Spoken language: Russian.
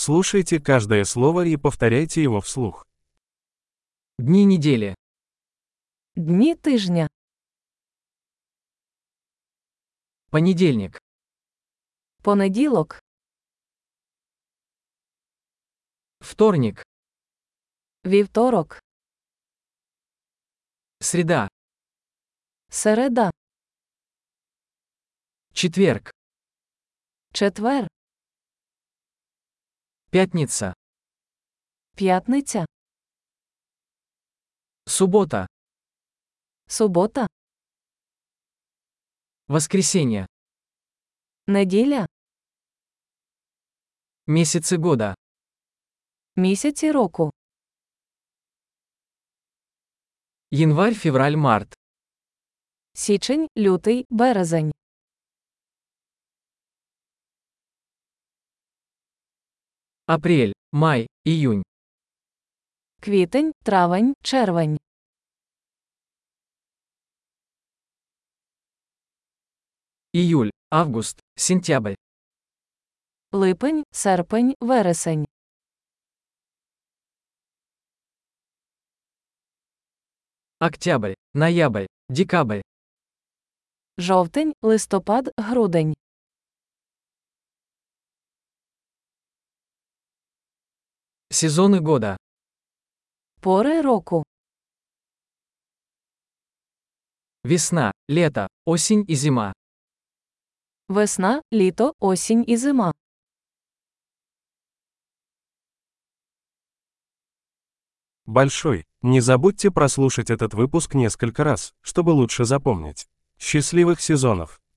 Слушайте каждое слово и повторяйте его вслух. Дни недели. Дні тижня. Понедельник. Понеділок. Вторник. Вівторок. Среда. Середа. Четверг. Четвер. Пятница. П'ятниця. Суббота. Субота. Воскресенье. Неділя. Месяцы года. Місяці року. Январь, февраль, март. Січень, лютий, березень. Апрель, май, июнь. Квітень, травень, червень. Июль, август, сентябрь. Липень, серпень, вересень. Октябрь, ноябрь, декабрь. Жовтень, листопад, грудень. Сезоны года. Пори року. Весна, лето, осень и зима. Весна, літо, осінь і зима. Большой. Не забудьте прослушать этот выпуск несколько раз, чтобы лучше запомнить. Счастливых сезонов!